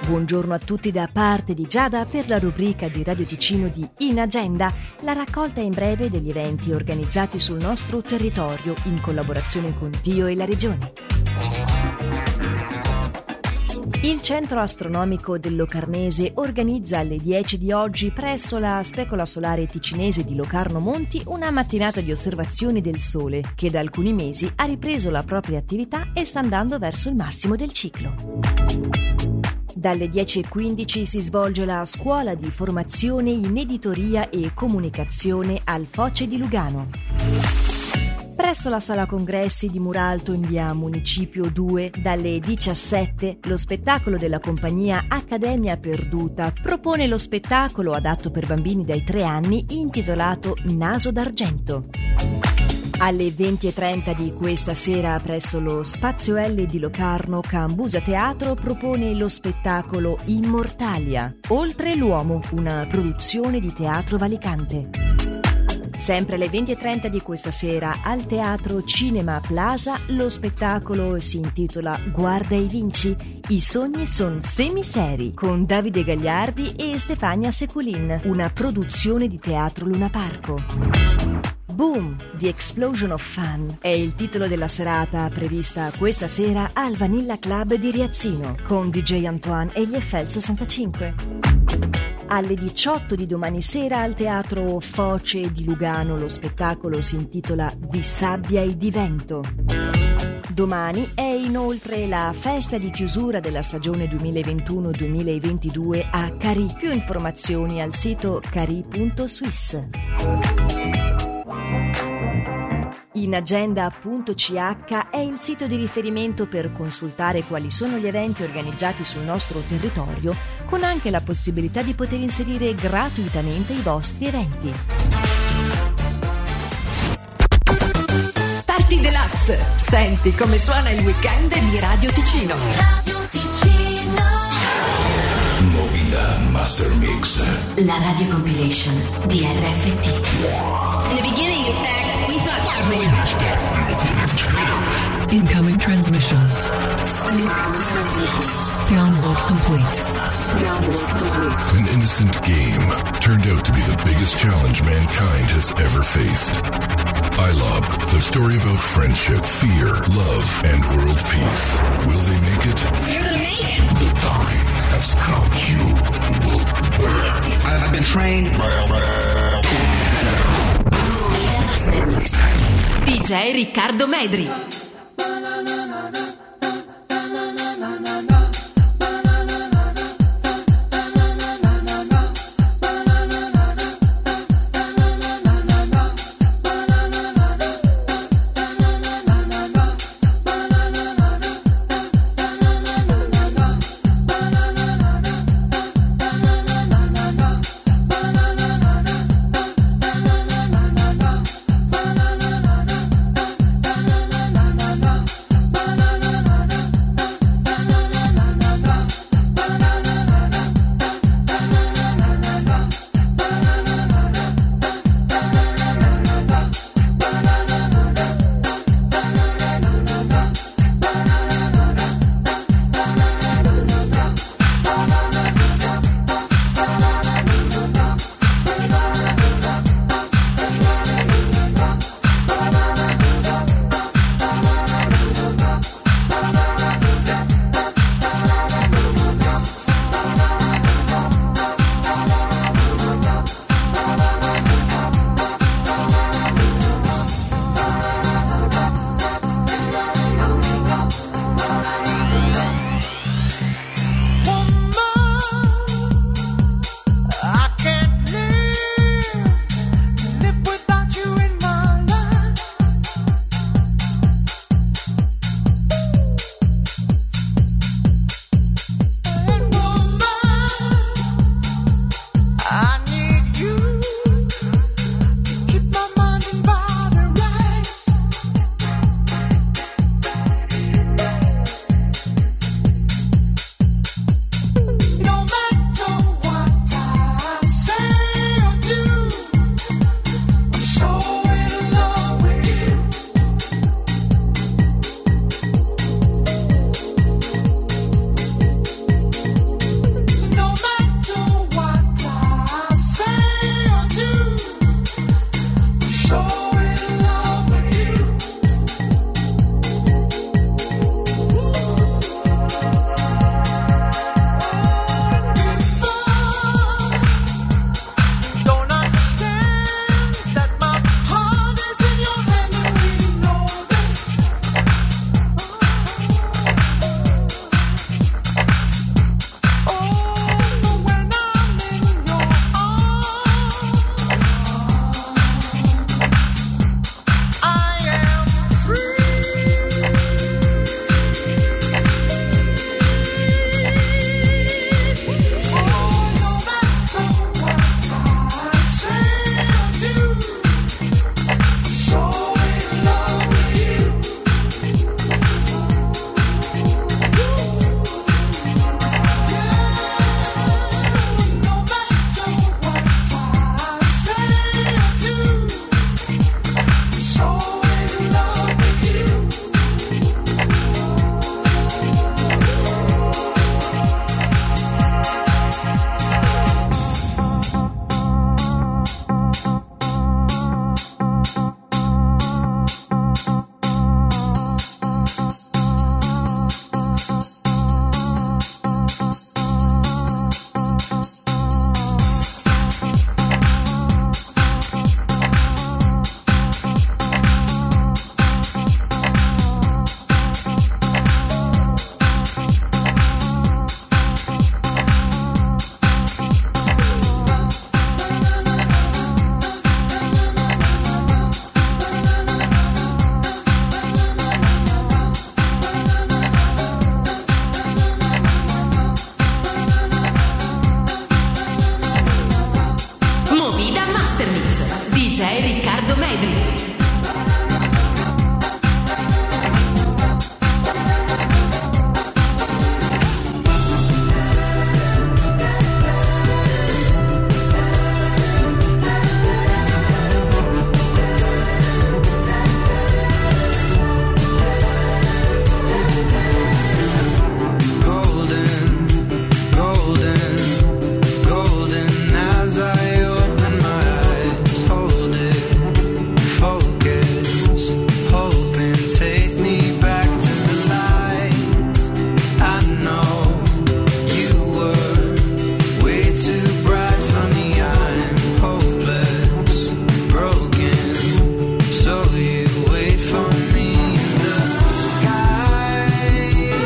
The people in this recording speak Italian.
Buongiorno a tutti da parte di Giada per la rubrica di Radio Ticino di In Agenda, la raccolta in breve degli eventi organizzati sul nostro territorio in collaborazione con Dio e la Regione. Il Centro Astronomico del Locarnese organizza alle 10 di oggi presso la Specola Solare Ticinese di Locarno Monti una mattinata di osservazioni del Sole che da alcuni mesi ha ripreso la propria attività e sta andando verso il massimo del ciclo. Dalle 10:15 si svolge la scuola di formazione in editoria e comunicazione al Foce di Lugano. Presso la sala congressi di Muralto in via Municipio 2, dalle 17, lo spettacolo della compagnia Accademia Perduta propone lo spettacolo adatto per bambini dai 3 anni intitolato Naso d'Argento. Alle 20:30 di questa sera presso lo Spazio L di Locarno, Cambusa Teatro propone lo spettacolo Immortalia, Oltre l'uomo, una produzione di Teatro Valicante. Sempre alle 20:30 di questa sera al Teatro Cinema Plaza lo spettacolo si intitola Guarda e vinci, i sogni son semiseri con Davide Gagliardi e Stefania Seculin, una produzione di Teatro Luna Parco. Boom! The Explosion of Fun è il titolo della serata prevista questa sera al Vanilla Club di Riazzino con DJ Antoine e gli Eiffel 65. Alle 18 di domani sera al Teatro Foce di Lugano lo spettacolo si intitola Di sabbia e di vento. Domani è inoltre la festa di chiusura della stagione 2021-2022 a Cari. Più informazioni al sito cari.swiss. Inagenda.ch è il sito di riferimento per consultare quali sono gli eventi organizzati sul nostro territorio, con anche la possibilità di poter inserire gratuitamente i vostri eventi. Party Deluxe. Senti come suona il weekend di Radio Ticino. Radio Ticino. Movida Master Mix. La radio compilation di RFT. In the beginning, in fact, we thought Incoming transmission. Download complete. An innocent game turned out to be the biggest challenge mankind has ever faced. iLob, the story about friendship, fear, love, and world peace. Will they make it? You're gonna make it. The time has come. You will burn. I've been trained. DJ Riccardo Medri.